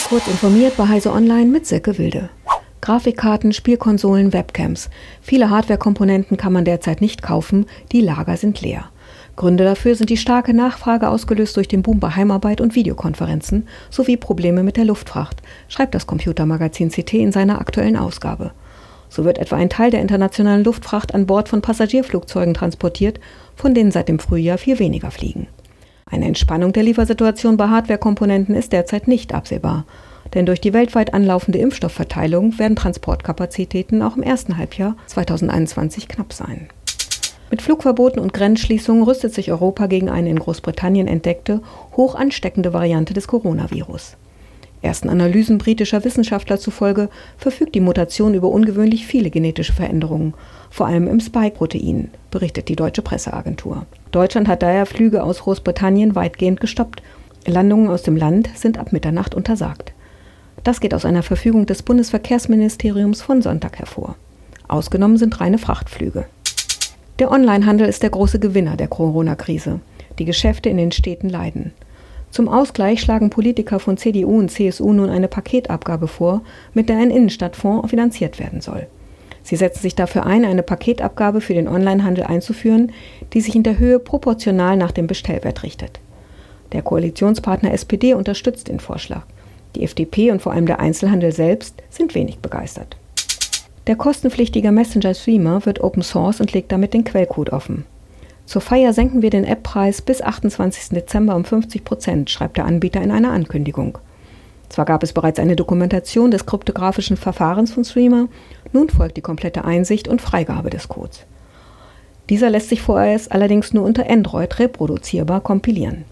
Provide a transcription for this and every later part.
Kurz informiert bei Heise Online mit Silke Wilde. Grafikkarten, Spielkonsolen, Webcams. Viele Hardware-Komponenten kann man derzeit nicht kaufen, die Lager sind leer. Gründe dafür sind die starke Nachfrage, ausgelöst durch den Boom bei Heimarbeit und Videokonferenzen, sowie Probleme mit der Luftfracht, schreibt das Computermagazin CT in seiner aktuellen Ausgabe. So wird etwa ein Teil der internationalen Luftfracht an Bord von Passagierflugzeugen transportiert, von denen seit dem Frühjahr viel weniger fliegen. Eine Entspannung der Liefersituation bei Hardware-Komponenten ist derzeit nicht absehbar. Denn durch die weltweit anlaufende Impfstoffverteilung werden Transportkapazitäten auch im ersten Halbjahr 2021 knapp sein. Mit Flugverboten und Grenzschließungen rüstet sich Europa gegen eine in Großbritannien entdeckte, hoch ansteckende Variante des Coronavirus. Ersten Analysen britischer Wissenschaftler zufolge verfügt die Mutation über ungewöhnlich viele genetische Veränderungen, vor allem im Spike-Protein, berichtet die deutsche Presseagentur. Deutschland hat daher Flüge aus Großbritannien weitgehend gestoppt. Landungen aus dem Land sind ab Mitternacht untersagt. Das geht aus einer Verfügung des Bundesverkehrsministeriums von Sonntag hervor. Ausgenommen sind reine Frachtflüge. Der Onlinehandel ist der große Gewinner der Corona-Krise. Die Geschäfte in den Städten leiden. Zum Ausgleich schlagen Politiker von CDU und CSU nun eine Paketabgabe vor, mit der ein Innenstadtfonds finanziert werden soll. Sie setzen sich dafür ein, eine Paketabgabe für den Onlinehandel einzuführen, die sich in der Höhe proportional nach dem Bestellwert richtet. Der Koalitionspartner SPD unterstützt den Vorschlag. Die FDP und vor allem der Einzelhandel selbst sind wenig begeistert. Der kostenpflichtige Messenger-Streamer wird Open Source und legt damit den Quellcode offen. Zur Feier senken wir den App-Preis bis 28. Dezember um 50%, schreibt der Anbieter in einer Ankündigung. Zwar gab es bereits eine Dokumentation des kryptografischen Verfahrens von Streamer, nun folgt die komplette Einsicht und Freigabe des Codes. Dieser lässt sich vorerst allerdings nur unter Android reproduzierbar kompilieren.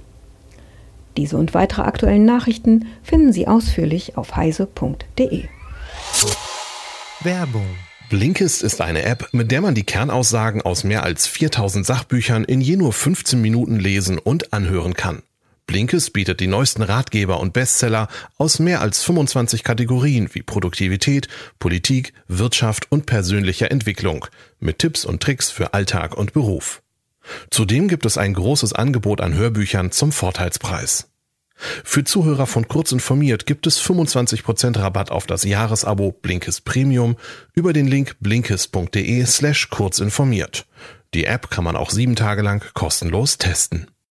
Diese und weitere aktuellen Nachrichten finden Sie ausführlich auf heise.de. Werbung. Blinkist ist eine App, mit der man die Kernaussagen aus mehr als 4000 Sachbüchern in je nur 15 Minuten lesen und anhören kann. Blinkist bietet die neuesten Ratgeber und Bestseller aus mehr als 25 Kategorien wie Produktivität, Politik, Wirtschaft und persönlicher Entwicklung mit Tipps und Tricks für Alltag und Beruf. Zudem gibt es ein großes Angebot an Hörbüchern zum Vorteilspreis. Für Zuhörer von Kurz informiert gibt es 25% Rabatt auf das Jahresabo Blinkist Premium über den Link blinkist.de/kurzinformiert. Die App kann man auch 7 Tage lang kostenlos testen.